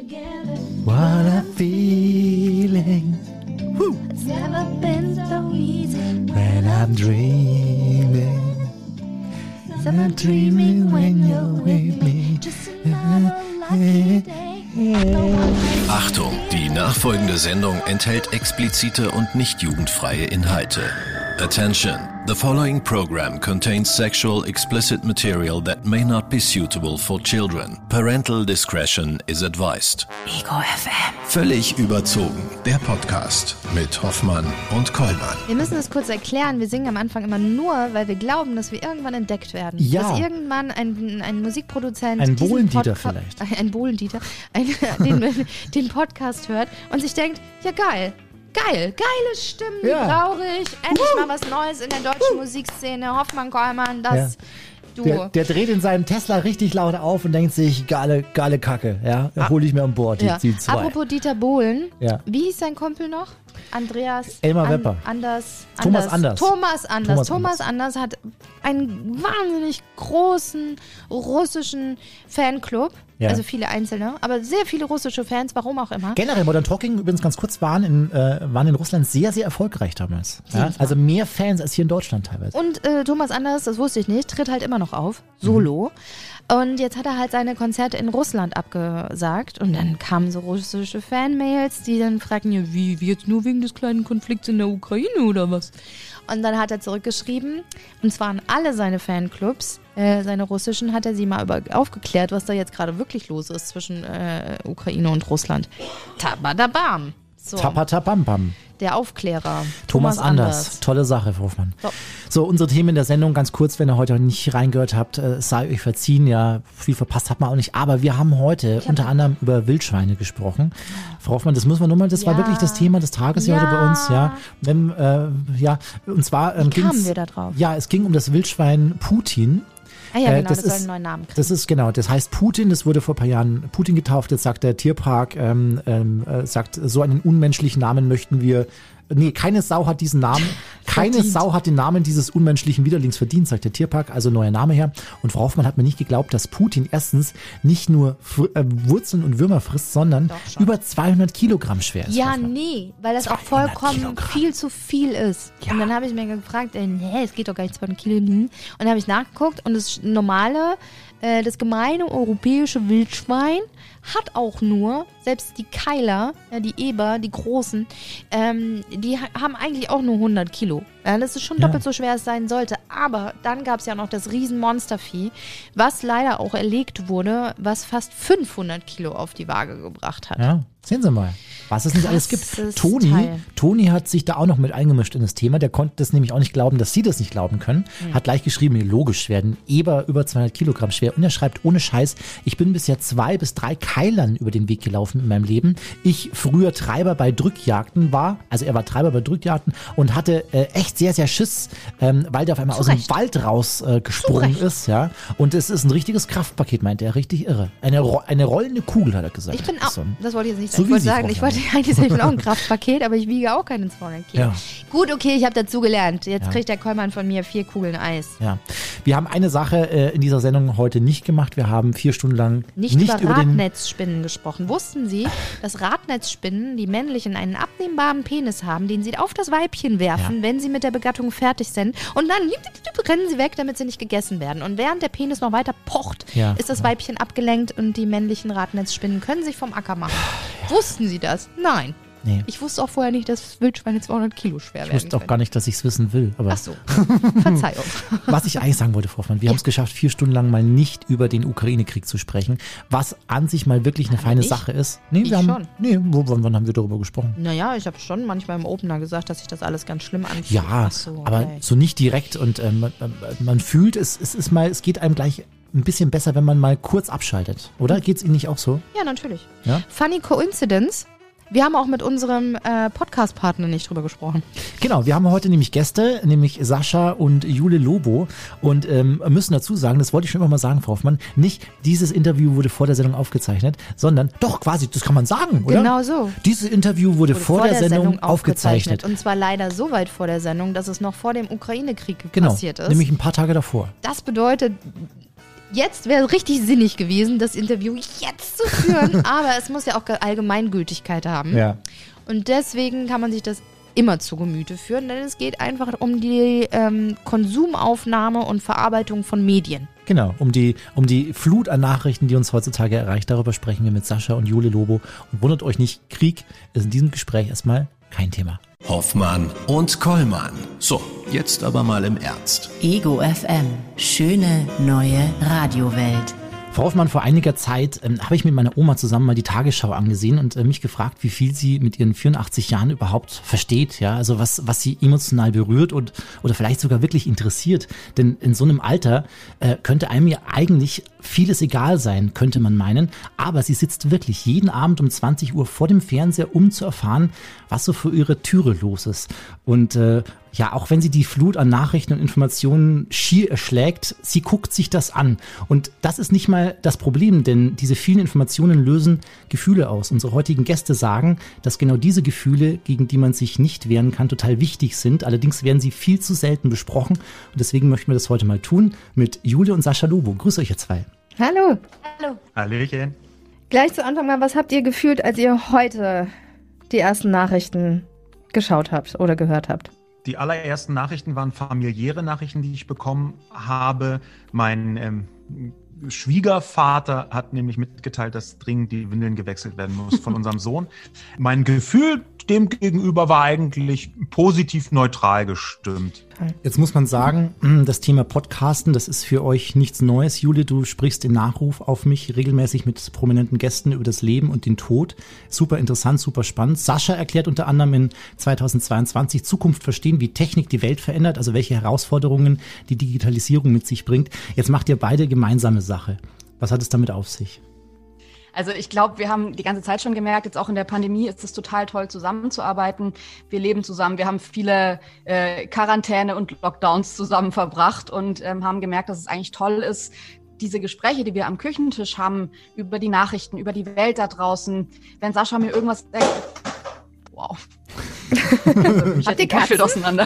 What a feeling. Woo. It's never been so easy. When I'm dreaming. I'm dreaming when you're with me. Just another lucky day. Achtung, die nachfolgende Sendung enthält explizite und nicht jugendfreie Inhalte. Attention, the following program contains sexual explicit material that may not be suitable for children. Parental discretion is advised. Ego FM. Völlig überzogen, der Podcast mit Hoffmann und Kollmann. Wir müssen das kurz erklären. Wir singen am Anfang immer nur, weil wir glauben, dass wir irgendwann entdeckt werden. Ja. Dass irgendwann ein Musikproduzent Ein diesen Bohlendieter vielleicht. Ein Bohlendieter, den Podcast hört und sich denkt, ja geile Stimmen, Ja. traurig, endlich mal was Neues in der deutschen Musikszene. Hoffmann, Kollmann, das Duo. Der dreht in seinem Tesla richtig laut auf und denkt sich, geile Kacke, ja, hol ich mir an Bord, Ja. die zwei. Apropos Dieter Bohlen, Ja. wie hieß sein Kumpel noch? Andreas Elmar Wepper. Thomas Anders. Thomas Anders hat einen wahnsinnig großen russischen Fanclub. Ja. Also viele einzelne, aber sehr viele russische Fans, warum auch immer. Generell Modern Talking, übrigens ganz kurz, waren in Russland sehr, sehr erfolgreich damals. Ja? Also mehr Fans als hier in Deutschland teilweise. Und Thomas Anders, das wusste ich nicht, tritt halt immer noch auf, solo. Und jetzt hat er halt seine Konzerte in Russland abgesagt. Und dann kamen so russische Fanmails, die dann fragten, ja, wie jetzt nur wegen des kleinen Konflikts in der Ukraine oder was? Und dann hat er zurückgeschrieben, und zwar an alle seine Fanclubs, seine russischen, hat er sie mal aufgeklärt, was da jetzt gerade wirklich los ist zwischen Ukraine und Russland. Tabadabam. So, Tapatapam. der Aufklärer. Thomas Anders. Tolle Sache, Frau Hoffmann. So, unsere Themen in der Sendung, ganz kurz, wenn ihr heute nicht reingehört habt, es sei euch verziehen, ja, viel verpasst hat man auch nicht. Aber wir haben heute unter anderem über Wildschweine gesprochen. Frau Hoffmann, das müssen wir nur mal, das war wirklich das Thema des Tages hier heute bei uns, ja. Und zwar Wie kamen wir da drauf? Ja, es ging um das Wildschwein Putin. Ah ja, genau, das soll ist, einen neuen Namen kriegen. Das ist genau, das heißt Putin, das wurde vor ein paar Jahren Putin getauft, jetzt sagt der Tierpark, sagt, so einen unmenschlichen Namen möchten wir, keine Sau hat diesen Namen, Sau hat den Namen dieses unmenschlichen Widerlings verdient, sagt der Tierpark, also neuer Name her. Und Frau Hoffmann hat mir nicht geglaubt, dass Putin erstens nicht nur Wurzeln und Würmer frisst, sondern über 200 Kilogramm schwer ist. Ja, nee, weil das auch vollkommen Kilogramm. viel zu viel ist. Ja. Und dann habe ich mir gefragt, es geht doch gar nicht 200 Kilo. Und dann habe ich nachgeguckt und das normale, das gemeine europäische Wildschwein hat auch nur, selbst die Keiler, die Eber, die großen, die haben eigentlich auch nur 100 Kilo. Ja, das ist schon doppelt so schwer, als es sein sollte. Aber dann gab es ja noch das Riesenmonstervieh, was leider auch erlegt wurde, was fast 500 Kilo auf die Waage gebracht hat. Ja, sehen Sie mal, was es nicht alles gibt. Krasses Toni Teil. hat sich da auch noch mit eingemischt in das Thema. Der konnte das nämlich auch nicht glauben, dass Sie das nicht glauben können. Hat gleich geschrieben, logisch werden Eber über 200 Kilogramm schwer. Und er schreibt, ohne Scheiß, ich bin bisher 2 bis 3 Keilern über den Weg gelaufen in meinem Leben. Ich früher Treiber bei Drückjagden war, also er war Treiber bei Drückjagden und hatte echt sehr, sehr Schiss, weil der auf einmal aus dem Wald rausgesprungen ist. Ja. Und es ist ein richtiges Kraftpaket, meint er, richtig irre. Eine rollende Kugel, hat er gesagt. Ich bin auch, das wollte ich jetzt nicht So sagen. Ich wollte wie Sie, sagen, Frau ich wollte eigentlich sagen, ich bin auch ein Kraftpaket, aber ich wiege auch keine 200 Kilo. Ja. Gut, okay, ich habe dazu gelernt. Jetzt Ja. kriegt der Kollmann von mir 4 Kugeln Eis. Ja. Wir haben eine Sache in dieser Sendung heute nicht gemacht. Wir haben 4 Stunden lang Nicht über Radnetzspinnen gesprochen. Wussten Sie, dass Radnetzspinnen, die männlichen, einen abnehmbaren Penis haben, den sie auf das Weibchen werfen, wenn sie mit der Begattung fertig sind und dann rennen sie weg, damit sie nicht gegessen werden. Und während der Penis noch weiter pocht, ist das Weibchen abgelenkt und die männlichen Radnetzspinnen können sich vom Acker machen. Wussten Sie das? Nein. Nee. Ich wusste auch vorher nicht, dass Wildschweine 200 Kilo schwer werden. Ich wusste auch gar nicht, dass ich es wissen will. Aber Ach so, Verzeihung. was ich eigentlich sagen wollte, Frau Hoffmann, wir haben es geschafft, 4 Stunden lang mal nicht über den Ukraine-Krieg zu sprechen, was an sich mal wirklich eine feine nicht? Sache ist. Nee, Ich wir haben, schon. Nee, wann haben wir darüber gesprochen? Naja, ich habe schon manchmal im Opener gesagt, dass sich das alles ganz schlimm anfühlt. Ja, Ach so, aber okay. so nicht direkt und man fühlt, es geht einem gleich ein bisschen besser, wenn man mal kurz abschaltet, oder? Geht's Ihnen nicht auch so? Ja, natürlich. Ja? Funny Coincidence. Wir haben auch mit unserem Podcast-Partner nicht drüber gesprochen. Genau, wir haben heute nämlich Gäste, nämlich Sascha und Jule Lobo und müssen dazu sagen, das wollte ich schon immer mal sagen, Frau Hoffmann, nicht dieses Interview wurde vor der Sendung aufgezeichnet, sondern doch quasi, das kann man sagen, oder? Genau so. Dieses Interview wurde vor der Sendung aufgezeichnet. Und zwar leider so weit vor der Sendung, dass es noch vor dem Ukraine-Krieg Genau, passiert ist. nämlich ein paar Tage davor. Das bedeutet, Jetzt wäre richtig sinnig gewesen, das Interview jetzt zu führen, aber es muss ja auch Allgemeingültigkeit haben. Ja. Und deswegen kann man sich das immer zu Gemüte führen, denn es geht einfach um die Konsumaufnahme und Verarbeitung von Medien. Genau, um die Flut an Nachrichten, die uns heutzutage erreicht. Darüber sprechen wir mit Sascha und Jule Lobo. Und wundert euch nicht, Krieg ist in diesem Gespräch erstmal kein Thema. Hoffmann und Kollmann. So, jetzt aber mal im Ernst. Ego FM. Schöne neue Radiowelt. Frau Hoffmann, vor einiger Zeit habe ich mit meiner Oma zusammen mal die Tagesschau angesehen und mich gefragt, wie viel sie mit ihren 84 Jahren überhaupt versteht, ja, also was sie emotional berührt oder vielleicht sogar wirklich interessiert, denn in so einem Alter könnte einem ja eigentlich vieles egal sein, könnte man meinen, aber sie sitzt wirklich jeden Abend um 20 Uhr vor dem Fernseher, um zu erfahren, was so vor ihrer Türe los ist und ja, auch wenn sie die Flut an Nachrichten und Informationen schier erschlägt, sie guckt sich das an. Und das ist nicht mal das Problem, denn diese vielen Informationen lösen Gefühle aus. Unsere heutigen Gäste sagen, dass genau diese Gefühle, gegen die man sich nicht wehren kann, total wichtig sind. Allerdings werden sie viel zu selten besprochen. Und deswegen möchten wir das heute mal tun mit Jule und Sascha Lobo. Grüß euch, ihr zwei. Hallo. Hallo. Hallöchen. Gleich zu Anfang mal, was habt ihr gefühlt, als ihr heute die ersten Nachrichten geschaut habt oder gehört habt? Die allerersten Nachrichten waren familiäre Nachrichten, die ich bekommen habe. Mein Schwiegervater hat nämlich mitgeteilt, dass dringend die Windeln gewechselt werden muss von unserem Sohn. Mein Gefühl dem gegenüber war eigentlich positiv neutral gestimmt. Jetzt muss man sagen, das Thema Podcasten, das ist für euch nichts Neues. Jule, du sprichst in Nachruf auf mich regelmäßig mit prominenten Gästen über das Leben und den Tod. Super interessant, super spannend. Sascha erklärt unter anderem in 2022 Zukunft verstehen, wie Technik die Welt verändert, also welche Herausforderungen die Digitalisierung mit sich bringt. Jetzt macht ihr beide gemeinsame Sache. Was hat es damit auf sich? Also ich glaube, wir haben die ganze Zeit schon gemerkt, jetzt auch in der Pandemie ist es total toll, zusammenzuarbeiten. Wir leben zusammen, wir haben viele Quarantäne und Lockdowns zusammen verbracht und haben gemerkt, dass es eigentlich toll ist, diese Gespräche, die wir am Küchentisch haben, über die Nachrichten, über die Welt da draußen. Wenn Sascha mir irgendwas... Wow. Ich hätte den Kaffee auseinander.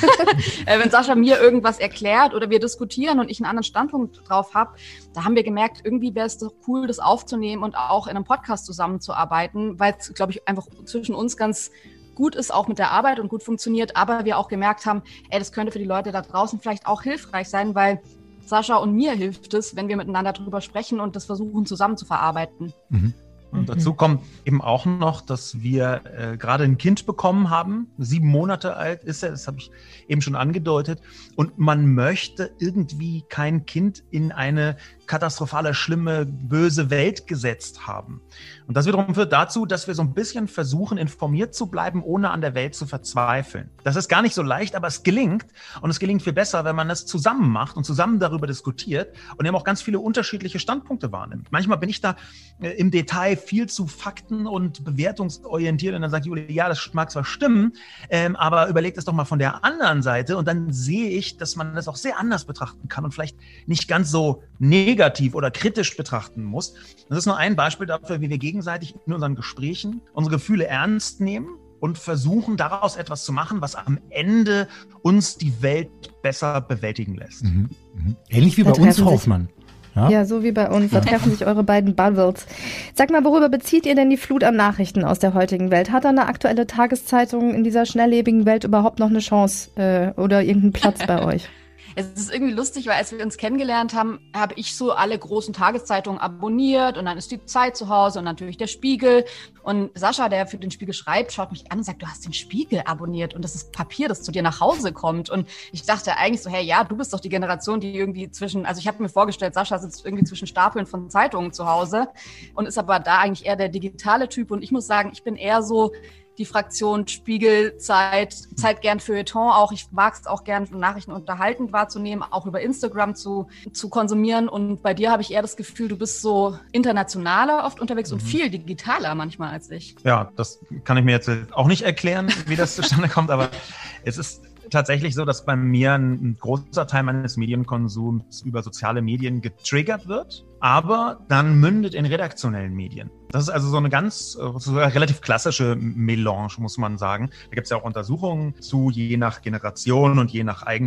Wenn Sascha mir irgendwas erklärt oder wir diskutieren und ich einen anderen Standpunkt drauf habe, da haben wir gemerkt, irgendwie wäre es doch cool, das aufzunehmen und auch in einem Podcast zusammenzuarbeiten, weil es, glaube ich, einfach zwischen uns ganz gut ist, auch mit der Arbeit und gut funktioniert, aber wir auch gemerkt haben, das könnte für die Leute da draußen vielleicht auch hilfreich sein, weil Sascha und mir hilft es, wenn wir miteinander drüber sprechen und das versuchen zusammen zu verarbeiten. Mhm. Und dazu kommt eben auch noch, dass wir gerade ein Kind bekommen haben. 7 Monate alt ist er, das habe ich eben schon angedeutet. Und man möchte irgendwie kein Kind in eine katastrophale, schlimme, böse Welt gesetzt haben. Und das wiederum führt dazu, dass wir so ein bisschen versuchen, informiert zu bleiben, ohne an der Welt zu verzweifeln. Das ist gar nicht so leicht, aber es gelingt. Und es gelingt viel besser, wenn man das zusammen macht und zusammen darüber diskutiert und eben auch ganz viele unterschiedliche Standpunkte wahrnimmt. Manchmal bin ich da im Detail viel zu fakten- und bewertungsorientiert und dann sagt Julia, ja, das mag zwar stimmen, aber überlegt es doch mal von der anderen Seite und dann sehe ich, dass man das auch sehr anders betrachten kann und vielleicht nicht ganz so negativ oder kritisch betrachten muss. Das ist nur ein Beispiel dafür, wie wir gegenseitig in unseren Gesprächen unsere Gefühle ernst nehmen und versuchen, daraus etwas zu machen, was am Ende uns die Welt besser bewältigen lässt. Mhm. Mhm. Ähnlich wie bei uns, Hoffmann. Ja, so wie bei uns. Da treffen sich eure beiden Bubbles. Sag mal, worüber bezieht ihr denn die Flut an Nachrichten aus der heutigen Welt? Hat da eine aktuelle Tageszeitung in dieser schnelllebigen Welt überhaupt noch eine Chance oder irgendeinen Platz bei euch? Es ist irgendwie lustig, weil als wir uns kennengelernt haben, habe ich so alle großen Tageszeitungen abonniert und dann ist die Zeit zu Hause und natürlich der Spiegel. Und Sascha, der für den Spiegel schreibt, schaut mich an und sagt, du hast den Spiegel abonniert und das ist Papier, das zu dir nach Hause kommt. Und ich dachte eigentlich so, hey, ja, du bist doch die Generation, die irgendwie also ich habe mir vorgestellt, Sascha sitzt irgendwie zwischen Stapeln von Zeitungen zu Hause und ist aber da eigentlich eher der digitale Typ. Und ich muss sagen, ich bin eher so die Fraktion Spiegel, Zeit gern Feuilleton auch. Ich mag es auch gern, Nachrichten unterhaltend wahrzunehmen, auch über Instagram zu konsumieren. Und bei dir habe ich eher das Gefühl, du bist so internationaler oft unterwegs und viel digitaler manchmal als ich. Ja, das kann ich mir jetzt auch nicht erklären, wie das zustande kommt, aber es ist tatsächlich so, dass bei mir ein großer Teil meines Medienkonsums über soziale Medien getriggert wird, aber dann mündet in redaktionellen Medien. Das ist also so eine relativ klassische Melange, muss man sagen. Da gibt es ja auch Untersuchungen zu, je nach Generation und je nach eigenem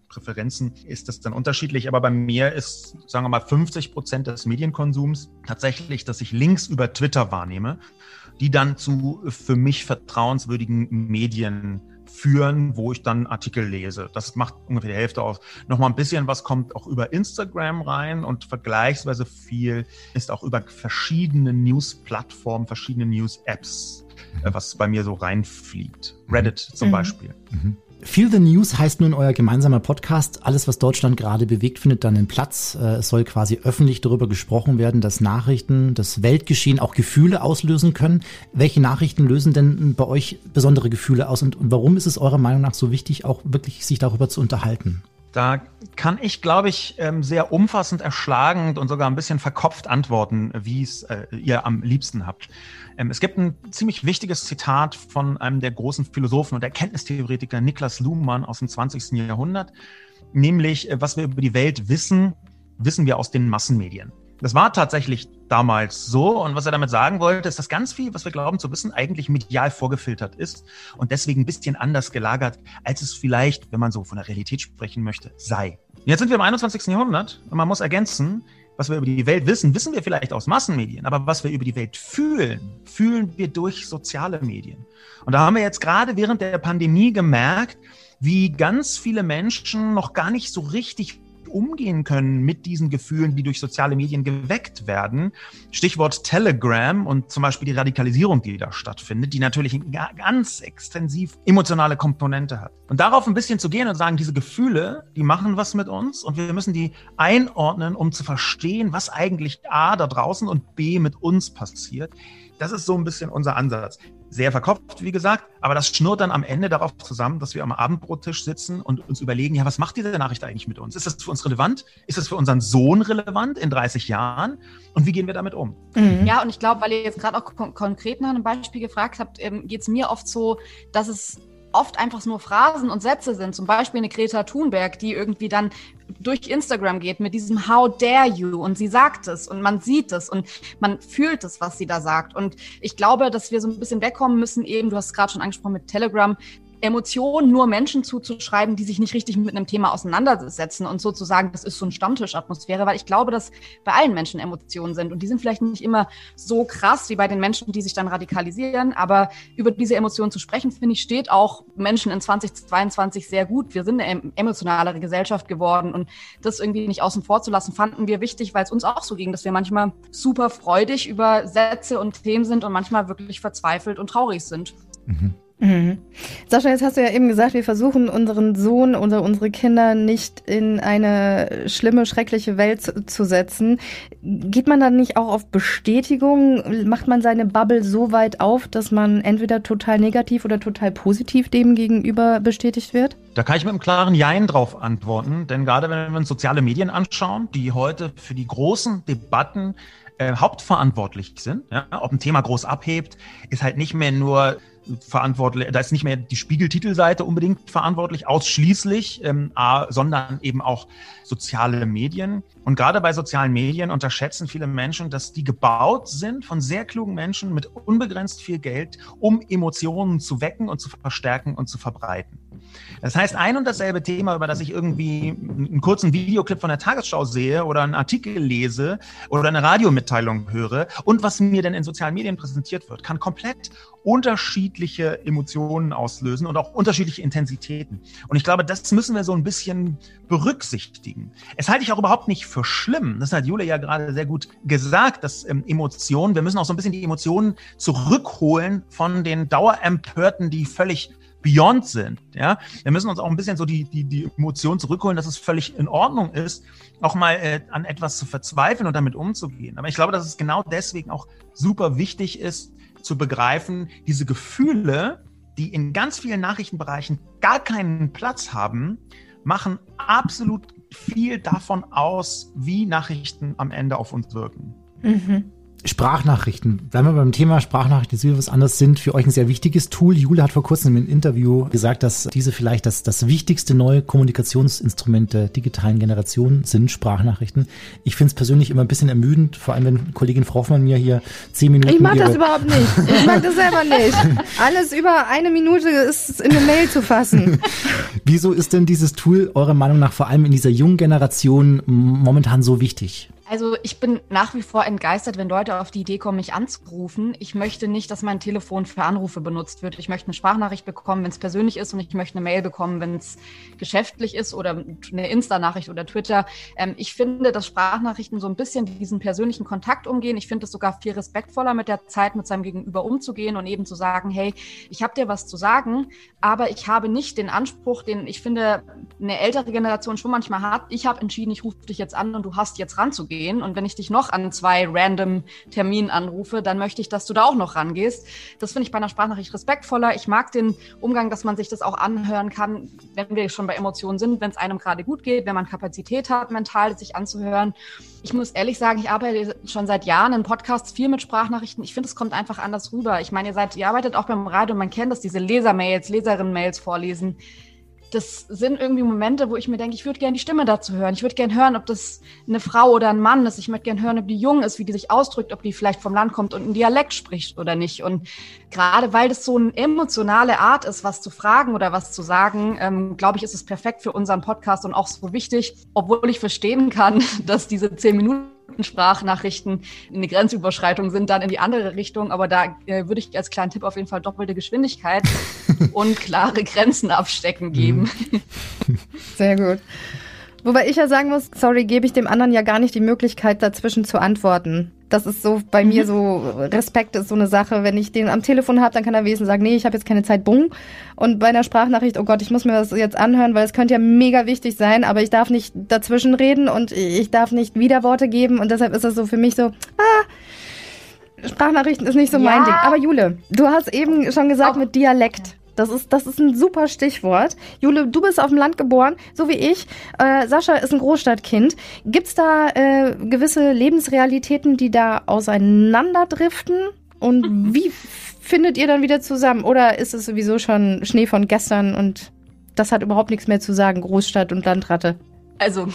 Präferenzen ist das dann unterschiedlich. Aber bei mir ist, sagen wir mal, 50% des Medienkonsums tatsächlich, dass ich Links über Twitter wahrnehme, die dann zu für mich vertrauenswürdigen Medien führen, wo ich dann Artikel lese. Das macht ungefähr die Hälfte aus. Nochmal ein bisschen was kommt auch über Instagram rein und vergleichsweise viel ist auch über verschiedene News-Plattformen, verschiedene News-Apps, was bei mir so reinfliegt. Reddit zum Beispiel. Feel the News heißt nun euer gemeinsamer Podcast. Alles, was Deutschland gerade bewegt, findet dann einen Platz. Es soll quasi öffentlich darüber gesprochen werden, dass Nachrichten, das Weltgeschehen auch Gefühle auslösen können. Welche Nachrichten lösen denn bei euch besondere Gefühle aus und warum ist es eurer Meinung nach so wichtig, auch wirklich sich darüber zu unterhalten? Da kann ich, glaube ich, sehr umfassend, erschlagend und sogar ein bisschen verkopft antworten, wie es ihr am liebsten habt. Es gibt ein ziemlich wichtiges Zitat von einem der großen Philosophen und Erkenntnistheoretiker Niklas Luhmann aus dem 20. Jahrhundert, nämlich, was wir über die Welt wissen, wissen wir aus den Massenmedien. Das war tatsächlich damals so und was er damit sagen wollte, ist, dass ganz viel, was wir glauben zu wissen, eigentlich medial vorgefiltert ist und deswegen ein bisschen anders gelagert, als es vielleicht, wenn man so von der Realität sprechen möchte, sei. Jetzt sind wir im 21. Jahrhundert und man muss ergänzen, was wir über die Welt wissen, wissen wir vielleicht aus Massenmedien, aber was wir über die Welt fühlen, fühlen wir durch soziale Medien. Und da haben wir jetzt gerade während der Pandemie gemerkt, wie ganz viele Menschen noch gar nicht so richtig umgehen können mit diesen Gefühlen, die durch soziale Medien geweckt werden. Stichwort Telegram und zum Beispiel die Radikalisierung, die da stattfindet, die natürlich eine ganz extensiv emotionale Komponente hat. Und darauf ein bisschen zu gehen und sagen, diese Gefühle, die machen was mit uns und wir müssen die einordnen, um zu verstehen, was eigentlich A, da draußen und B, mit uns passiert. Das ist so ein bisschen unser Ansatz. Sehr verkopft, wie gesagt, aber das schnurrt dann am Ende darauf zusammen, dass wir am Abendbrottisch sitzen und uns überlegen, ja, was macht diese Nachricht eigentlich mit uns? Ist das für uns relevant? Ist das für unseren Sohn relevant in 30 Jahren? Und wie gehen wir damit um? Ja, und ich glaube, weil ihr jetzt gerade auch konkret nach einem Beispiel gefragt habt, geht es mir oft so, dass es oft einfach nur Phrasen und Sätze sind, zum Beispiel eine Greta Thunberg, die irgendwie dann durch Instagram geht mit diesem How dare you und sie sagt es und man sieht es und man fühlt es, was sie da sagt. Und ich glaube, dass wir so ein bisschen wegkommen müssen, eben, du hast es gerade schon angesprochen mit Telegram, Emotionen nur Menschen zuzuschreiben, die sich nicht richtig mit einem Thema auseinandersetzen und sozusagen, das ist so eine Stammtischatmosphäre, weil ich glaube, dass bei allen Menschen Emotionen sind und die sind vielleicht nicht immer so krass wie bei den Menschen, die sich dann radikalisieren, aber über diese Emotionen zu sprechen, finde ich, steht auch Menschen in 2022 sehr gut. Wir sind eine emotionalere Gesellschaft geworden und das irgendwie nicht außen vor zu lassen, fanden wir wichtig, weil es uns auch so ging, dass wir manchmal super freudig über Sätze und Themen sind und manchmal wirklich verzweifelt und traurig sind. Sascha, jetzt hast du ja eben gesagt, wir versuchen unseren Sohn oder unsere Kinder nicht in eine schlimme, schreckliche Welt zu setzen. Geht man dann nicht auch auf Bestätigung? Macht man seine Bubble so weit auf, dass man entweder total negativ oder total positiv dem gegenüber bestätigt wird? Da kann ich mit einem klaren Jein drauf antworten, denn gerade wenn wir uns soziale Medien anschauen, die heute für die großen Debatten hauptverantwortlich sind, ja, ob ein Thema groß abhebt, ist halt nicht mehr nur verantwortlich, da ist nicht mehr die Spiegel-Titelseite unbedingt verantwortlich, ausschließlich, sondern eben auch soziale Medien. Und gerade bei sozialen Medien unterschätzen viele Menschen, dass die gebaut sind von sehr klugen Menschen mit unbegrenzt viel Geld, um Emotionen zu wecken und zu verstärken und zu verbreiten. Das heißt, ein und dasselbe Thema, über das ich irgendwie einen kurzen Videoclip von der Tagesschau sehe oder einen Artikel lese oder eine Radiomitteilung höre und was mir denn in sozialen Medien präsentiert wird, kann komplett unterschiedliche Emotionen auslösen und auch unterschiedliche Intensitäten. Und ich glaube, das müssen wir so ein bisschen berücksichtigen. Es halte ich auch überhaupt nicht für schlimm. Das hat Julia ja gerade sehr gut gesagt, dass Emotionen, wir müssen auch so ein bisschen die Emotionen zurückholen von den Dauerempörten, die völlig beyond sind. Ja? Wir müssen uns auch ein bisschen so die Emotionen zurückholen, dass es völlig in Ordnung ist, auch mal an etwas zu verzweifeln und damit umzugehen. Aber ich glaube, dass es genau deswegen auch super wichtig ist, zu begreifen, diese Gefühle, die in ganz vielen Nachrichtenbereichen gar keinen Platz haben, machen absolut viel davon aus, wie Nachrichten am Ende auf uns wirken. Mhm. Sprachnachrichten. Bleiben wir beim Thema Sprachnachrichten, die was anderes sind. Für euch ein sehr wichtiges Tool. Jule hat vor kurzem im Interview gesagt, dass diese vielleicht das wichtigste neue Kommunikationsinstrument der digitalen Generation sind, Sprachnachrichten. Ich finde es persönlich immer ein bisschen ermüdend, vor allem wenn Kollegin Frau Hoffmann mir hier 10 Minuten... Ich mag das überhaupt nicht. Ich mag das selber nicht. Alles über 1 Minute ist in eine Mail zu fassen. Wieso ist denn dieses Tool eurer Meinung nach vor allem in dieser jungen Generation momentan so wichtig? Also ich bin nach wie vor entgeistert, wenn Leute auf die Idee kommen, mich anzurufen. Ich möchte nicht, dass mein Telefon für Anrufe benutzt wird. Ich möchte eine Sprachnachricht bekommen, wenn es persönlich ist, und ich möchte eine Mail bekommen, wenn es geschäftlich ist, oder eine Insta-Nachricht oder Twitter. Ich finde, dass Sprachnachrichten so ein bisschen diesen persönlichen Kontakt umgehen. Ich finde es sogar viel respektvoller, mit der Zeit mit seinem Gegenüber umzugehen und eben zu sagen, hey, ich habe dir was zu sagen, aber ich habe nicht den Anspruch, den ich finde, eine ältere Generation schon manchmal hat. Ich habe entschieden, ich rufe dich jetzt an und du hast jetzt ranzugehen. Und wenn ich dich noch an 2 random Terminen anrufe, dann möchte ich, dass du da auch noch rangehst. Das finde ich bei einer Sprachnachricht respektvoller. Ich mag den Umgang, dass man sich das auch anhören kann, wenn wir schon bei Emotionen sind, wenn es einem gerade gut geht, wenn man Kapazität hat, mental sich anzuhören. Ich muss ehrlich sagen, ich arbeite schon seit Jahren in Podcasts viel mit Sprachnachrichten. Ich finde, es kommt einfach anders rüber. Ich meine, ihr arbeitet auch beim Radio und man kennt das, diese Leserinnen-Mails vorlesen. Das sind irgendwie Momente, wo ich mir denke, ich würde gerne die Stimme dazu hören. Ich würde gerne hören, ob das eine Frau oder ein Mann ist. Ich möchte gerne hören, ob die jung ist, wie die sich ausdrückt, ob die vielleicht vom Land kommt und einen Dialekt spricht oder nicht. Und gerade weil das so eine emotionale Art ist, was zu fragen oder was zu sagen, glaube ich, ist es perfekt für unseren Podcast und auch so wichtig, obwohl ich verstehen kann, dass diese 10 Minuten Sprachnachrichten eine Grenzüberschreitung sind, dann in die andere Richtung. Aber da würde ich als kleinen Tipp auf jeden Fall doppelte Geschwindigkeit und klare Grenzen abstecken geben. Sehr gut. Wobei ich ja sagen muss, sorry, gebe ich dem anderen ja gar nicht die Möglichkeit, dazwischen zu antworten. Das ist so bei mir so, Respekt ist so eine Sache. Wenn ich den am Telefon habe, dann kann er wesentlich sagen, nee, ich habe jetzt keine Zeit, bumm. Und bei einer Sprachnachricht, oh Gott, ich muss mir das jetzt anhören, weil es könnte ja mega wichtig sein, aber ich darf nicht dazwischen reden und ich darf nicht Widerworte geben. Und deshalb ist das so für mich so, Sprachnachrichten ist nicht so mein Ding. Aber Jule, du hast eben schon gesagt mit Dialekt. Das ist ein super Stichwort. Jule, du bist auf dem Land geboren, so wie ich. Sascha ist ein Großstadtkind. Gibt's da gewisse Lebensrealitäten, die da auseinanderdriften? Und wie findet ihr dann wieder zusammen? Oder ist es sowieso schon Schnee von gestern und das hat überhaupt nichts mehr zu sagen, Großstadt und Landratte? Also,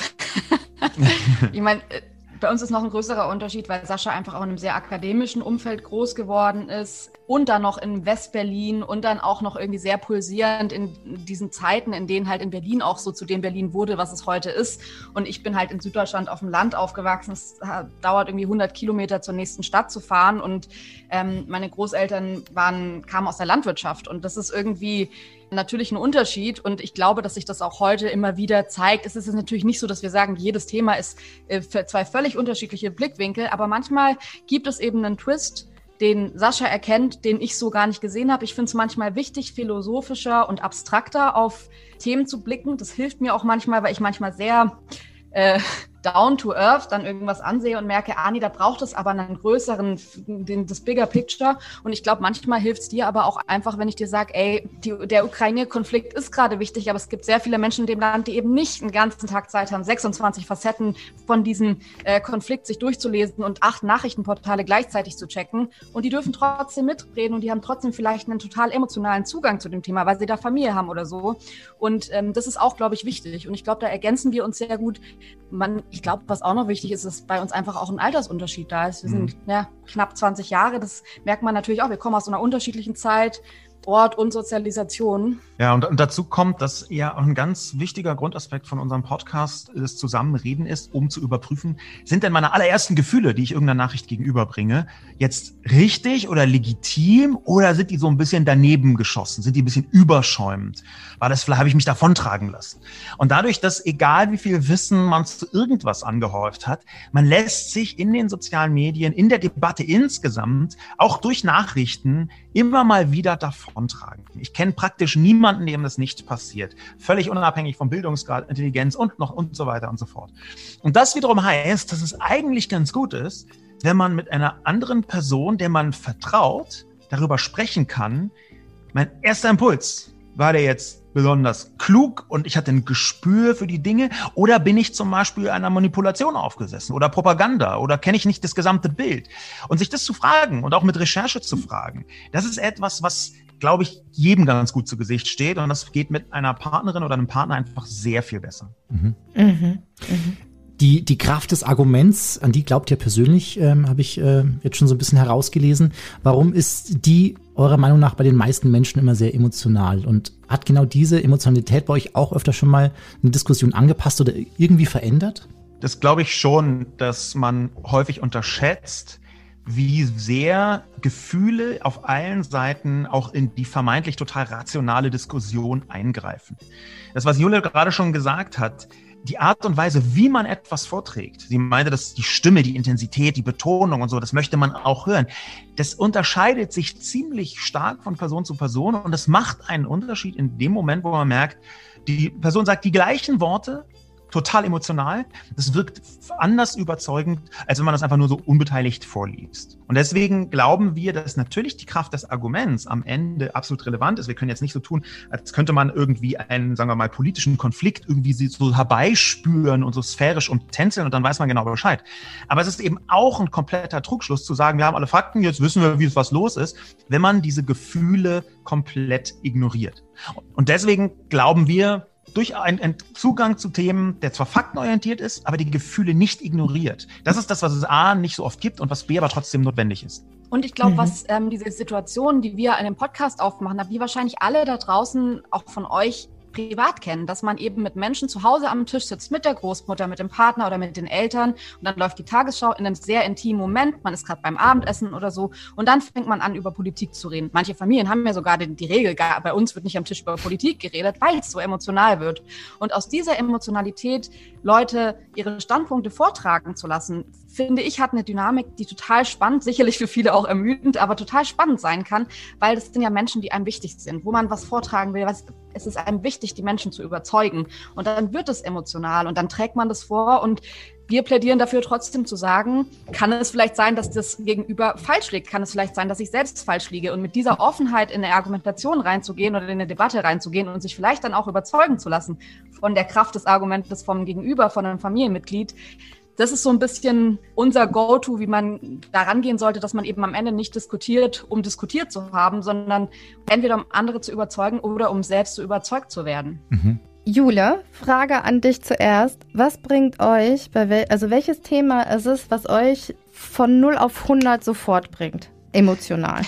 ich meine, bei uns ist noch ein größerer Unterschied, weil Sascha einfach auch in einem sehr akademischen Umfeld groß geworden ist und dann noch in West-Berlin und dann auch noch irgendwie sehr pulsierend in diesen Zeiten, in denen halt in Berlin auch so zu dem Berlin wurde, was es heute ist. Und ich bin halt in Süddeutschland auf dem Land aufgewachsen. Es dauert irgendwie 100 Kilometer zur nächsten Stadt zu fahren und meine Großeltern kamen aus der Landwirtschaft und das ist irgendwie natürlich ein Unterschied und ich glaube, dass sich das auch heute immer wieder zeigt. Es ist natürlich nicht so, dass wir sagen, jedes Thema ist für 2 völlig unterschiedliche Blickwinkel, aber manchmal gibt es eben einen Twist, den Sascha erkennt, den ich so gar nicht gesehen habe. Ich finde es manchmal wichtig, philosophischer und abstrakter auf Themen zu blicken. Das hilft mir auch manchmal, weil ich manchmal sehr down to earth dann irgendwas ansehe und merke, nee, da braucht es aber einen größeren, das bigger picture. Und ich glaube, manchmal hilft es dir aber auch einfach, wenn ich dir sage, ey, der Ukraine-Konflikt ist gerade wichtig, aber es gibt sehr viele Menschen in dem Land, die eben nicht einen ganzen Tag Zeit haben, 26 Facetten von diesem Konflikt sich durchzulesen und 8 Nachrichtenportale gleichzeitig zu checken. Und die dürfen trotzdem mitreden und die haben trotzdem vielleicht einen total emotionalen Zugang zu dem Thema, weil sie da Familie haben oder so. Und das ist auch, glaube ich, wichtig. Und ich glaube, da ergänzen wir uns sehr gut. Ich glaube, was auch noch wichtig ist, ist bei uns einfach auch ein Altersunterschied da ist. Wir sind knapp 20 Jahre, das merkt man natürlich auch. Wir kommen aus einer unterschiedlichen Zeit, Ort und Sozialisation. Ja, und dazu kommt, dass ja auch ein ganz wichtiger Grundaspekt von unserem Podcast das Zusammenreden ist, um zu überprüfen, sind denn meine allerersten Gefühle, die ich irgendeiner Nachricht gegenüberbringe, jetzt richtig oder legitim oder sind die so ein bisschen daneben geschossen, sind die ein bisschen überschäumend? Vielleicht habe ich mich davontragen lassen. Und dadurch, dass egal wie viel Wissen man zu irgendwas angehäuft hat, man lässt sich in den sozialen Medien, in der Debatte insgesamt, auch durch Nachrichten immer mal wieder davontragen. Ich kenne praktisch niemanden, dem das nicht passiert. Völlig unabhängig vom Bildungsgrad, Intelligenz und so weiter und so fort. Und das wiederum heißt, dass es eigentlich ganz gut ist, wenn man mit einer anderen Person, der man vertraut, darüber sprechen kann. Mein erster Impuls, war der jetzt besonders klug und ich hatte ein Gespür für die Dinge? Oder bin ich zum Beispiel einer Manipulation aufgesessen oder Propaganda oder kenne ich nicht das gesamte Bild? Und sich das zu fragen und auch mit Recherche zu fragen, das ist etwas, was, glaube ich, jedem ganz gut zu Gesicht steht. Und das geht mit einer Partnerin oder einem Partner einfach sehr viel besser. Mhm. Mhm. Mhm. Die Kraft des Arguments, an die glaubt ihr persönlich, habe ich jetzt schon so ein bisschen herausgelesen. Warum ist die eurer Meinung nach bei den meisten Menschen immer sehr emotional? Und hat genau diese Emotionalität bei euch auch öfter schon mal eine Diskussion angepasst oder irgendwie verändert? Das glaube ich schon, dass man häufig unterschätzt, wie sehr Gefühle auf allen Seiten auch in die vermeintlich total rationale Diskussion eingreifen. Das, was Julia gerade schon gesagt hat, die Art und Weise, wie man etwas vorträgt, sie meinte, dass die Stimme, die Intensität, die Betonung und so, das möchte man auch hören. Das unterscheidet sich ziemlich stark von Person zu Person und das macht einen Unterschied in dem Moment, wo man merkt, die Person sagt die gleichen Worte, total emotional. Das wirkt anders überzeugend, als wenn man das einfach nur so unbeteiligt vorliest. Und deswegen glauben wir, dass natürlich die Kraft des Arguments am Ende absolut relevant ist. Wir können jetzt nicht so tun, als könnte man irgendwie einen, sagen wir mal, politischen Konflikt irgendwie so herbeispüren und so sphärisch umtänzeln und dann weiß man genau Bescheid. Aber es ist eben auch ein kompletter Trugschluss zu sagen, wir haben alle Fakten, jetzt wissen wir, was los ist, wenn man diese Gefühle komplett ignoriert. Und deswegen glauben wir, durch einen Zugang zu Themen, der zwar faktenorientiert ist, aber die Gefühle nicht ignoriert. Das ist das, was es A nicht so oft gibt und was B aber trotzdem notwendig ist. Und ich glaube, was diese Situationen, die wir in dem Podcast aufmachen, die wahrscheinlich alle da draußen auch von euch privat kennen, dass man eben mit Menschen zu Hause am Tisch sitzt, mit der Großmutter, mit dem Partner oder mit den Eltern und dann läuft die Tagesschau in einem sehr intimen Moment, man ist gerade beim Abendessen oder so und dann fängt man an, über Politik zu reden. Manche Familien haben ja sogar die Regel, bei uns wird nicht am Tisch über Politik geredet, weil es so emotional wird. Und aus dieser Emotionalität Leute ihre Standpunkte vortragen zu lassen, finde ich, hat eine Dynamik, die total spannend, sicherlich für viele auch ermüdend, aber total spannend sein kann, weil das sind ja Menschen, die einem wichtig sind, wo man was vortragen will, es ist einem wichtig, die Menschen zu überzeugen. Und dann wird es emotional und dann trägt man das vor und wir plädieren dafür trotzdem zu sagen, kann es vielleicht sein, dass das Gegenüber falsch liegt? Kann es vielleicht sein, dass ich selbst falsch liege? Und mit dieser Offenheit in eine Argumentation reinzugehen oder in eine Debatte reinzugehen und sich vielleicht dann auch überzeugen zu lassen von der Kraft des Argumentes vom Gegenüber, von einem Familienmitglied, das ist so ein bisschen unser Go-To, wie man da rangehen sollte, dass man eben am Ende nicht diskutiert, um diskutiert zu haben, sondern entweder um andere zu überzeugen oder um selbst so überzeugt zu werden. Mhm. Jule, Frage an dich zuerst. Was bringt euch, welches Thema ist es, was euch von 0 auf 100 sofort bringt, emotional?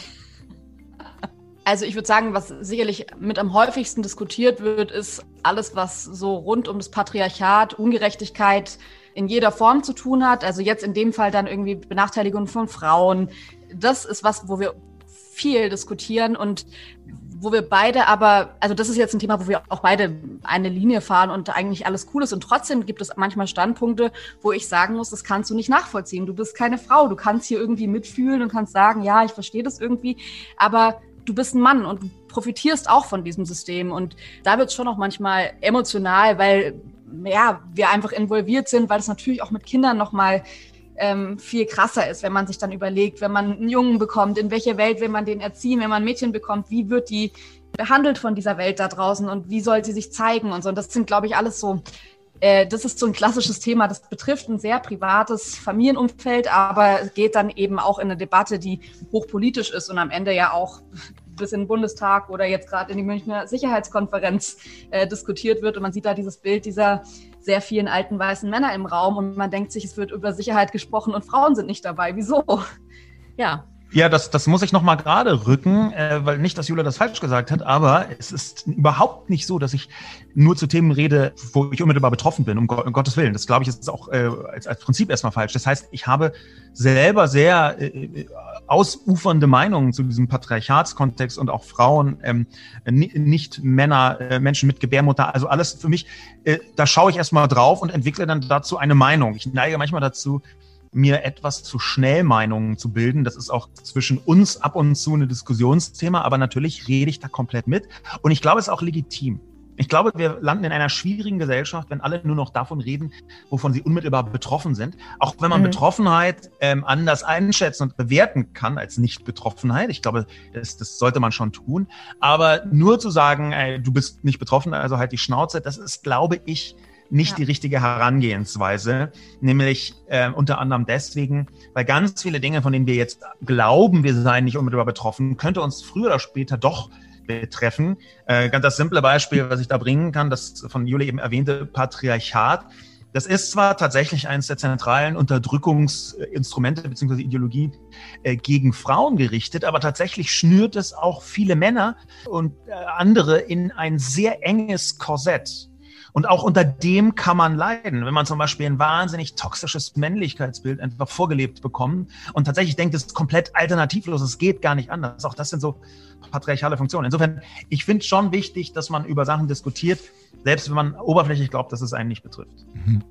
Also ich würde sagen, was sicherlich mit am häufigsten diskutiert wird, ist alles, was so rund um das Patriarchat, Ungerechtigkeit in jeder Form zu tun hat. Also jetzt in dem Fall dann irgendwie Benachteiligung von Frauen. Das ist was, wo wir viel diskutieren und wo wir beide aber, also das ist jetzt ein Thema, wo wir auch beide eine Linie fahren und eigentlich alles cool ist. Und trotzdem gibt es manchmal Standpunkte, wo ich sagen muss, das kannst du nicht nachvollziehen. Du bist keine Frau, du kannst hier irgendwie mitfühlen und kannst sagen, ja, ich verstehe das irgendwie, aber du bist ein Mann und du profitierst auch von diesem System. Und da wird es schon auch manchmal emotional, weil ja, wir einfach involviert sind, weil es natürlich auch mit Kindern nochmal viel krasser ist, wenn man sich dann überlegt, wenn man einen Jungen bekommt, in welche Welt will man den erziehen, wenn man ein Mädchen bekommt, wie wird die behandelt von dieser Welt da draußen und wie soll sie sich zeigen und so. Und das sind, glaube ich, alles so, das ist so ein klassisches Thema, das betrifft ein sehr privates Familienumfeld, aber es geht dann eben auch in eine Debatte, die hochpolitisch ist und am Ende ja auch bis in den Bundestag oder jetzt gerade in die Münchner Sicherheitskonferenz diskutiert wird. Und man sieht da dieses Bild dieser sehr vielen alten weißen Männer im Raum und man denkt sich, es wird über Sicherheit gesprochen und Frauen sind nicht dabei. Wieso? Ja. Ja, das muss ich nochmal gerade rücken, weil nicht, dass Julia das falsch gesagt hat, aber es ist überhaupt nicht so, dass ich nur zu Themen rede, wo ich unmittelbar betroffen bin, um Gottes Willen. Das, glaube ich, ist auch als Prinzip erstmal falsch. Das heißt, ich habe selber sehr ausufernde Meinungen zu diesem Patriarchatskontext und auch Frauen, nicht Männer, Menschen mit Gebärmutter, also alles für mich, da schaue ich erstmal drauf und entwickle dann dazu eine Meinung. Ich neige manchmal dazu, mir etwas zu schnell Meinungen zu bilden. Das ist auch zwischen uns ab und zu ein Diskussionsthema, aber natürlich rede ich da komplett mit. Und ich glaube, es ist auch legitim. Ich glaube, wir landen in einer schwierigen Gesellschaft, wenn alle nur noch davon reden, wovon sie unmittelbar betroffen sind. Auch wenn man Betroffenheit anders einschätzen und bewerten kann als Nicht-Betroffenheit. Ich glaube, das sollte man schon tun. Aber nur zu sagen, du bist nicht betroffen, also halt die Schnauze, das ist, glaube ich, nicht die richtige Herangehensweise. Nämlich unter anderem deswegen, weil ganz viele Dinge, von denen wir jetzt glauben, wir seien nicht unmittelbar betroffen, könnte uns früher oder später doch betreffen. Ganz das simple Beispiel, was ich da bringen kann, das von Julia eben erwähnte Patriarchat. Das ist zwar tatsächlich eines der zentralen Unterdrückungsinstrumente bzw. Ideologie gegen Frauen gerichtet, aber tatsächlich schnürt es auch viele Männer und andere in ein sehr enges Korsett. Und auch unter dem kann man leiden, wenn man zum Beispiel ein wahnsinnig toxisches Männlichkeitsbild einfach vorgelebt bekommt und tatsächlich denkt, es ist komplett alternativlos, es geht gar nicht anders. Auch das sind so patriarchale Funktionen. Insofern, ich finde es schon wichtig, dass man über Sachen diskutiert, selbst wenn man oberflächlich glaubt, dass es einen nicht betrifft.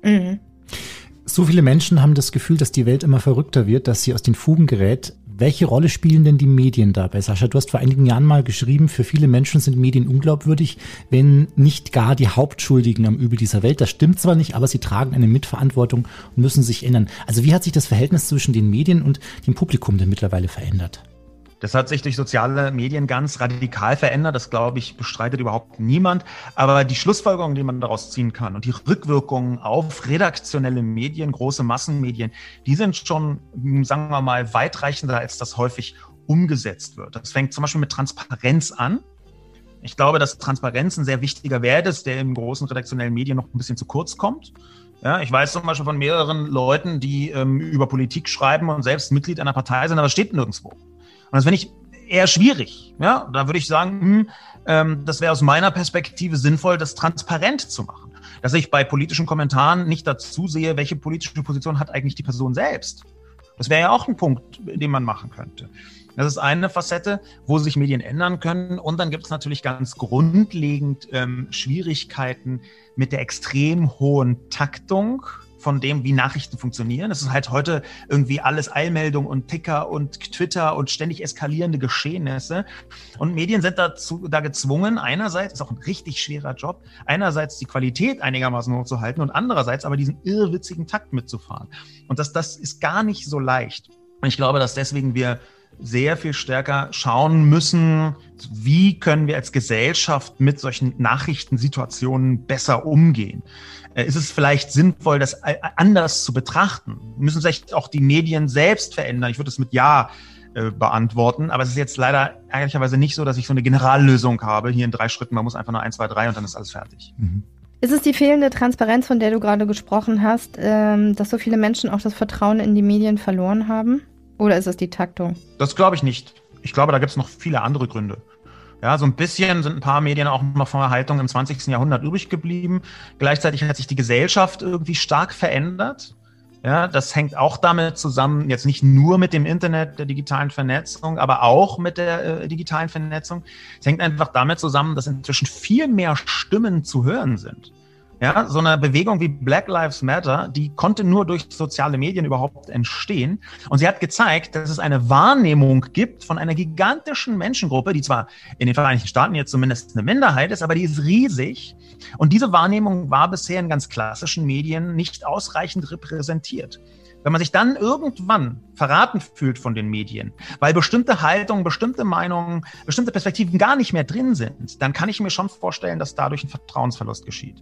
So viele Menschen haben das Gefühl, dass die Welt immer verrückter wird, dass sie aus den Fugen gerät. Welche Rolle spielen denn die Medien dabei? Sascha, du hast vor einigen Jahren mal geschrieben, für viele Menschen sind Medien unglaubwürdig, wenn nicht gar die Hauptschuldigen am Übel dieser Welt. Das stimmt zwar nicht, aber sie tragen eine Mitverantwortung und müssen sich ändern. Also wie hat sich das Verhältnis zwischen den Medien und dem Publikum denn mittlerweile verändert? Das hat sich durch soziale Medien ganz radikal verändert. Das, glaube ich, bestreitet überhaupt niemand. Aber die Schlussfolgerungen, die man daraus ziehen kann und die Rückwirkungen auf redaktionelle Medien, große Massenmedien, die sind schon, sagen wir mal, weitreichender, als das häufig umgesetzt wird. Das fängt zum Beispiel mit Transparenz an. Ich glaube, dass Transparenz ein sehr wichtiger Wert ist, der in großen redaktionellen Medien noch ein bisschen zu kurz kommt. Ja, ich weiß zum Beispiel von mehreren Leuten, die über Politik schreiben und selbst Mitglied einer Partei sind, aber es steht nirgendwo. Und das finde ich eher schwierig. Ja, da würde ich sagen, das wäre aus meiner Perspektive sinnvoll, das transparent zu machen. Dass ich bei politischen Kommentaren nicht dazu sehe, welche politische Position hat eigentlich die Person selbst. Das wäre ja auch ein Punkt, den man machen könnte. Das ist eine Facette, wo sich Medien ändern können. Und dann gibt es natürlich ganz grundlegend Schwierigkeiten mit der extrem hohen Taktung von dem, wie Nachrichten funktionieren. Es ist halt heute irgendwie alles Eilmeldung und Ticker und Twitter und ständig eskalierende Geschehnisse. Und Medien sind da gezwungen, einerseits, ist auch ein richtig schwerer Job, einerseits die Qualität einigermaßen hochzuhalten und andererseits aber diesen irrwitzigen Takt mitzufahren. Und das ist gar nicht so leicht. Und ich glaube, dass deswegen wir sehr viel stärker schauen müssen, wie können wir als Gesellschaft mit solchen Nachrichtensituationen besser umgehen. Ist es vielleicht sinnvoll, das anders zu betrachten? Müssen sich auch die Medien selbst verändern? Ich würde es mit Ja beantworten, aber es ist jetzt leider ehrlicherweise nicht so, dass ich so eine Generallösung habe, hier in 3 Schritten, man muss einfach nur 1, 2, 3 und dann ist alles fertig. Ist es die fehlende Transparenz, von der du gerade gesprochen hast, dass so viele Menschen auch das Vertrauen in die Medien verloren haben? Oder ist es die Taktung? Das glaube ich nicht. Ich glaube, da gibt es noch viele andere Gründe. Ja, so ein bisschen sind ein paar Medien auch noch von der Haltung im 20. Jahrhundert übrig geblieben. Gleichzeitig hat sich die Gesellschaft irgendwie stark verändert. Ja, das hängt auch damit zusammen, jetzt nicht nur mit dem Internet, der digitalen Vernetzung, aber auch mit der digitalen Vernetzung. Es hängt einfach damit zusammen, dass inzwischen viel mehr Stimmen zu hören sind. Ja, so eine Bewegung wie Black Lives Matter, die konnte nur durch soziale Medien überhaupt entstehen. Und sie hat gezeigt, dass es eine Wahrnehmung gibt von einer gigantischen Menschengruppe, die zwar in den Vereinigten Staaten jetzt zumindest eine Minderheit ist, aber die ist riesig. Und diese Wahrnehmung war bisher in ganz klassischen Medien nicht ausreichend repräsentiert. Wenn man sich dann irgendwann verraten fühlt von den Medien, weil bestimmte Haltungen, bestimmte Meinungen, bestimmte Perspektiven gar nicht mehr drin sind, dann kann ich mir schon vorstellen, dass dadurch ein Vertrauensverlust geschieht.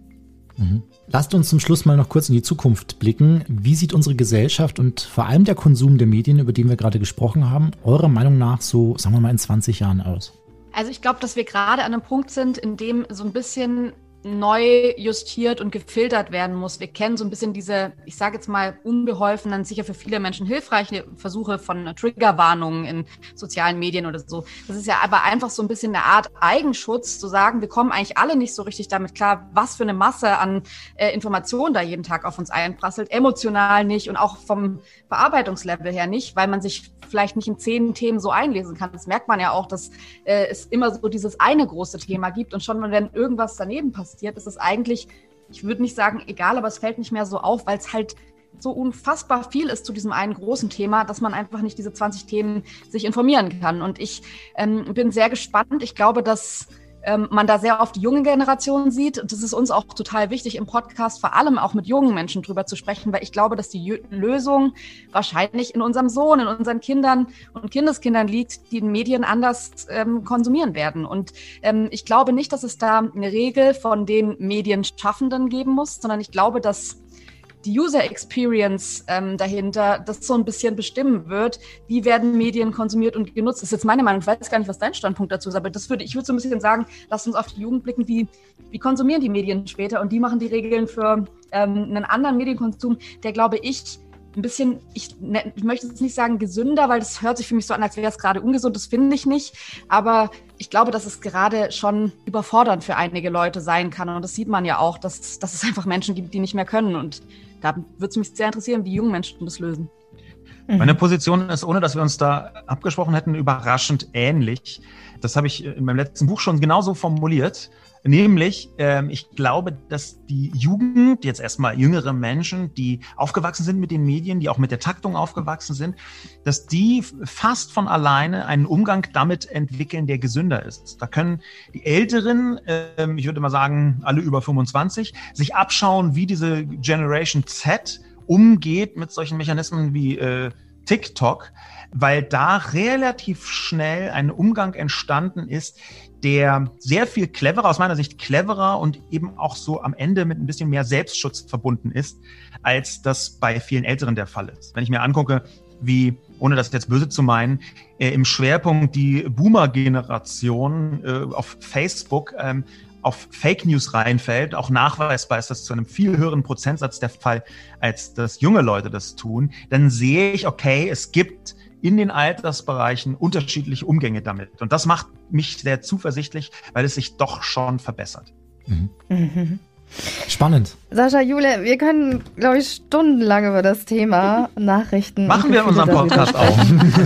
Lasst uns zum Schluss mal noch kurz in die Zukunft blicken. Wie sieht unsere Gesellschaft und vor allem der Konsum der Medien, über den wir gerade gesprochen haben, eurer Meinung nach so, sagen wir mal, in 20 Jahren aus? Also ich glaube, dass wir gerade an einem Punkt sind, in dem so ein bisschen neu justiert und gefiltert werden muss. Wir kennen so ein bisschen diese, ich sage jetzt mal, unbeholfenen, sicher für viele Menschen hilfreiche Versuche von Triggerwarnungen in sozialen Medien oder so. Das ist ja aber einfach so ein bisschen eine Art Eigenschutz, zu sagen, wir kommen eigentlich alle nicht so richtig damit klar, was für eine Masse an Informationen da jeden Tag auf uns einprasselt, emotional nicht und auch vom Verarbeitungslevel her nicht, weil man sich vielleicht nicht in 10 Themen so einlesen kann. Das merkt man ja auch, dass es immer so dieses eine große Thema gibt und schon, wenn irgendwas daneben passiert, ist es eigentlich, ich würde nicht sagen egal, aber es fällt nicht mehr so auf, weil es halt so unfassbar viel ist zu diesem einen großen Thema, dass man einfach nicht diese 20 Themen sich informieren kann. Und ich bin sehr gespannt. Ich glaube, dass man da sehr oft die junge Generation sieht. Und das ist uns auch total wichtig im Podcast, vor allem auch mit jungen Menschen drüber zu sprechen, weil ich glaube, dass die Lösung wahrscheinlich in unserem Sohn, in unseren Kindern und Kindeskindern liegt, die Medien anders konsumieren werden. Und ich glaube nicht, dass es da eine Regel von den Medienschaffenden geben muss, sondern ich glaube, dass die User Experience dahinter das so ein bisschen bestimmen wird, wie werden Medien konsumiert und genutzt. Das ist jetzt meine Meinung. Ich weiß gar nicht, was dein Standpunkt dazu ist, aber ich würde so ein bisschen sagen, lass uns auf die Jugend blicken, wie konsumieren die Medien später, und die machen die Regeln für einen anderen Medienkonsum, der, glaube ich, ein bisschen, ich möchte jetzt nicht sagen gesünder, weil das hört sich für mich so an, als wäre es gerade ungesund, das finde ich nicht, aber ich glaube, dass es gerade schon überfordernd für einige Leute sein kann, und das sieht man ja auch, dass es einfach Menschen gibt, die nicht mehr können, und da würde es mich sehr interessieren, wie junge Menschen das lösen. Meine Position ist, ohne dass wir uns da abgesprochen hätten, überraschend ähnlich. Das habe ich in meinem letzten Buch schon genauso formuliert. Nämlich, ich glaube, dass die Jugend, jetzt erstmal jüngere Menschen, die aufgewachsen sind mit den Medien, die auch mit der Taktung aufgewachsen sind, dass die fast von alleine einen Umgang damit entwickeln, der gesünder ist. Da können die Älteren, ich würde mal sagen, alle über 25, sich abschauen, wie diese Generation Z umgeht mit solchen Mechanismen wie TikTok, weil da relativ schnell ein Umgang entstanden ist, der sehr viel cleverer, aus meiner Sicht cleverer und eben auch so am Ende mit ein bisschen mehr Selbstschutz verbunden ist, als das bei vielen Älteren der Fall ist. Wenn ich mir angucke, wie, ohne das jetzt böse zu meinen, im Schwerpunkt die Boomer-Generation auf Facebook auf Fake News reinfällt, auch nachweisbar ist das zu einem viel höheren Prozentsatz der Fall, als dass junge Leute das tun, dann sehe ich, okay, es gibt in den Altersbereichen unterschiedliche Umgänge damit. Und das macht mich sehr zuversichtlich, weil es sich doch schon verbessert. Spannend. Sascha, Jule, wir können, glaube ich, stundenlang über das Thema Nachrichten. Machen wir in unserem Podcast auch.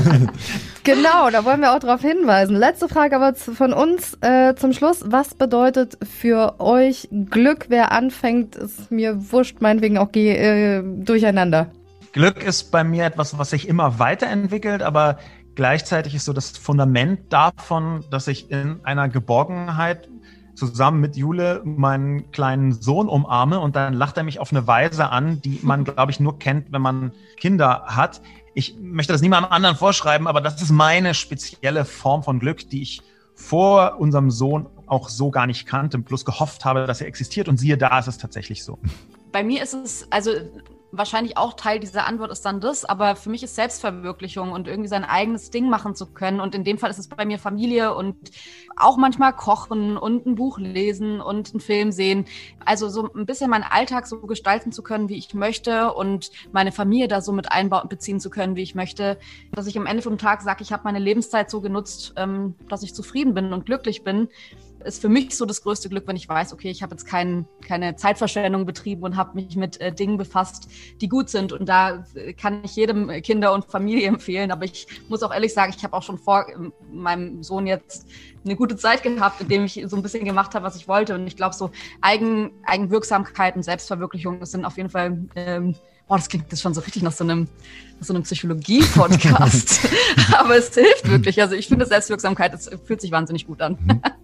Genau, da wollen wir auch darauf hinweisen. Letzte Frage aber von uns zum Schluss. Was bedeutet für euch Glück? Wer anfängt, ist mir wurscht, meinetwegen auch durcheinander. Glück ist bei mir etwas, was sich immer weiterentwickelt, aber gleichzeitig ist so das Fundament davon, dass ich in einer Geborgenheit zusammen mit Jule meinen kleinen Sohn umarme, und dann lacht er mich auf eine Weise an, die man, glaube ich, nur kennt, wenn man Kinder hat. Ich möchte das niemandem anderen vorschreiben, aber das ist meine spezielle Form von Glück, die ich vor unserem Sohn auch so gar nicht kannte, plus gehofft habe, dass er existiert, und siehe da, ist es tatsächlich so. Bei mir ist es, also wahrscheinlich auch Teil dieser Antwort ist dann das, aber für mich ist Selbstverwirklichung und irgendwie sein eigenes Ding machen zu können, und in dem Fall ist es bei mir Familie und auch manchmal kochen und ein Buch lesen und einen Film sehen, also so ein bisschen meinen Alltag so gestalten zu können, wie ich möchte, und meine Familie da so mit einbeziehen zu können, wie ich möchte, dass ich am Ende vom Tag sage, ich habe meine Lebenszeit so genutzt, dass ich zufrieden bin und glücklich bin. Ist für mich so das größte Glück, wenn ich weiß, okay, ich habe jetzt keine Zeitverschwendung betrieben und habe mich mit Dingen befasst, die gut sind. Und da kann ich jedem Kinder und Familie empfehlen. Aber ich muss auch ehrlich sagen, ich habe auch schon vor meinem Sohn jetzt eine gute Zeit gehabt, indem ich so ein bisschen gemacht habe, was ich wollte. Und ich glaube, so Eigenwirksamkeit und Selbstverwirklichung, das sind auf jeden Fall das klingt jetzt schon so richtig nach so einem Psychologie-Podcast. Aber es hilft wirklich. Also ich finde Selbstwirksamkeit, es fühlt sich wahnsinnig gut an.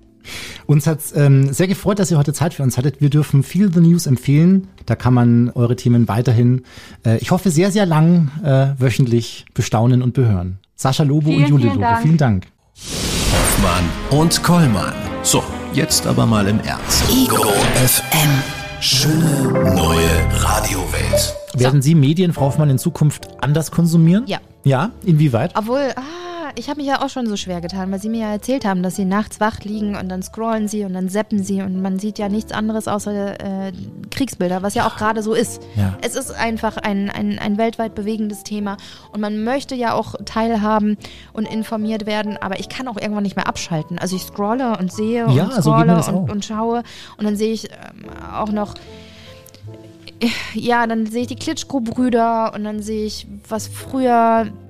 Uns hat es sehr gefreut, dass ihr heute Zeit für uns hattet. Wir dürfen Feel the News empfehlen. Da kann man eure Themen weiterhin, ich hoffe, sehr, sehr lang wöchentlich bestaunen und behören. Sascha Lobo und Jule Lobo, vielen Dank. Hoffmann und Kollmann. So, jetzt aber mal im Ernst. Ego FM. Schöne neue Radiowelt. Werden Sie Medien, Frau Hoffmann, in Zukunft anders konsumieren? Ja. Ja? Inwieweit? Obwohl, ich habe mich ja auch schon so schwer getan, weil Sie mir ja erzählt haben, dass Sie nachts wach liegen und dann scrollen Sie und dann zappen Sie und man sieht ja nichts anderes außer Kriegsbilder, was ja auch gerade so ist. Ja. Es ist einfach ein weltweit bewegendes Thema und man möchte ja auch teilhaben und informiert werden, aber ich kann auch irgendwann nicht mehr abschalten. Also ich scrolle und sehe und scrolle und schaue und dann sehe ich auch noch, ja, dann sehe ich die Klitschko-Brüder und dann sehe ich, was früher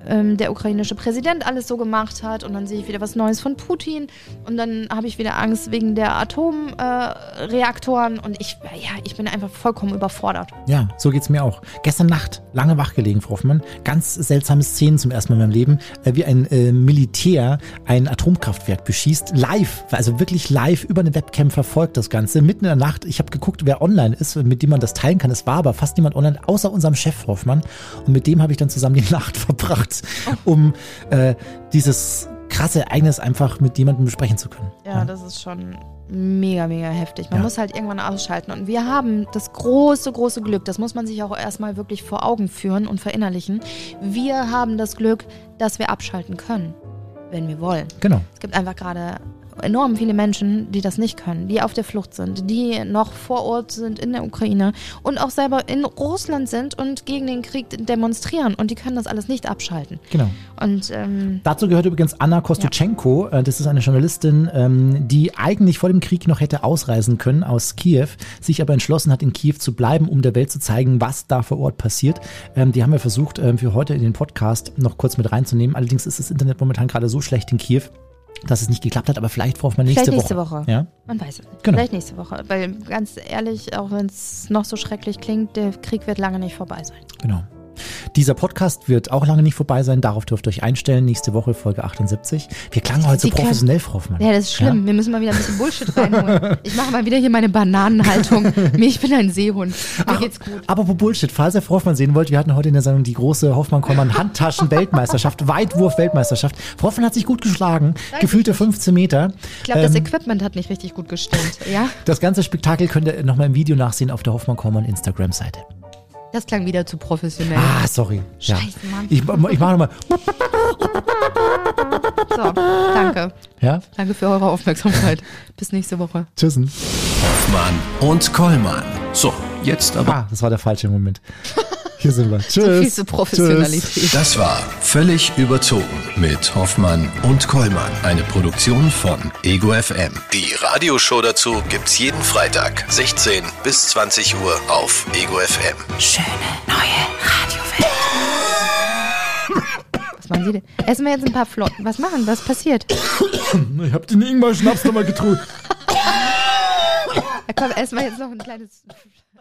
der ukrainische Präsident alles so gemacht hat und dann sehe ich wieder was Neues von Putin und dann habe ich wieder Angst wegen der Atomreaktoren und ich bin einfach vollkommen überfordert. Ja, so geht's mir auch. Gestern Nacht lange wach gelegen, Frau Hoffmann. Ganz seltsame Szenen zum ersten Mal in meinem Leben, wie ein Militär ein Atomkraftwerk beschießt. Live, also wirklich live über eine Webcam verfolgt das Ganze. Mitten in der Nacht, ich habe geguckt, wer online ist, mit dem man das teilen kann. Es war aber fast niemand online, außer unserem Chef Hoffmann. Und mit dem habe ich dann zusammen die Nacht verbracht, um dieses krasse Ereignis einfach mit jemandem besprechen zu können. Ja, das ist schon mega, mega heftig. Man muss halt irgendwann ausschalten. Und wir haben das große, große Glück, das muss man sich auch erstmal wirklich vor Augen führen und verinnerlichen. Wir haben das Glück, dass wir abschalten können, wenn wir wollen. Genau. Es gibt einfach gerade enorm viele Menschen, die das nicht können, die auf der Flucht sind, die noch vor Ort sind in der Ukraine und auch selber in Russland sind und gegen den Krieg demonstrieren und die können das alles nicht abschalten. Genau. Und dazu gehört übrigens Anna Kostuschenko, das ist eine Journalistin, die eigentlich vor dem Krieg noch hätte ausreisen können aus Kiew, sich aber entschlossen hat, in Kiew zu bleiben, um der Welt zu zeigen, was da vor Ort passiert. Die haben wir versucht, für heute in den Podcast noch kurz mit reinzunehmen. Allerdings ist das Internet momentan gerade so schlecht in Kiew, dass es nicht geklappt hat, aber vielleicht braucht man nächste Woche. Ja? Man weiß es nicht. Genau. Vielleicht nächste Woche. Weil ganz ehrlich, auch wenn es noch so schrecklich klingt, der Krieg wird lange nicht vorbei sein. Genau. Dieser Podcast wird auch lange nicht vorbei sein. Darauf dürft ihr euch einstellen. Nächste Woche Folge 78. Wir klangen heute so professionell, Frau Hoffmann. Ja, das ist schlimm. Ja? Wir müssen mal wieder ein bisschen Bullshit reinholen. Ich mache mal wieder hier meine Bananenhaltung. Ich bin ein Seehund. Mir geht's gut. Aber wo Bullshit, falls ihr Frau Hoffmann sehen wollt, wir hatten heute in der Sendung die große Hoffmann-Kommand-Handtaschen-Weltmeisterschaft, Weitwurf-Weltmeisterschaft. Frau Hoffmann hat sich gut geschlagen. Gefühlte 15 Meter. Ich glaube, das Equipment hat nicht richtig gut gestimmt. Ja? Das ganze Spektakel könnt ihr nochmal im Video nachsehen auf der Hoffmann-Kommand Instagram-Seite. Das klang wieder zu professionell. Ah, sorry. Scheiße, ja. Mann. Ich mache nochmal. So, danke. Ja? Danke für eure Aufmerksamkeit. Bis nächste Woche. Tschüssen. Hoffmann und Kollmann. So, jetzt aber. Ah, das war der falsche Moment. Hier sind wir. Tschüss. So viel zu Professionalität. Tschüss. Das war Völlig überzogen mit Hoffmann und Kollmann. Eine Produktion von Ego FM. Die Radioshow dazu gibt's jeden Freitag, 16 bis 20 Uhr auf Ego FM. Schöne neue Radiowelt. Was machen Sie denn? Essen wir jetzt ein paar Flotten. Was machen? Was passiert? Ich hab den Ingwer-Schnaps nochmal getrunken. Ja, komm, essen wir jetzt noch ein kleines...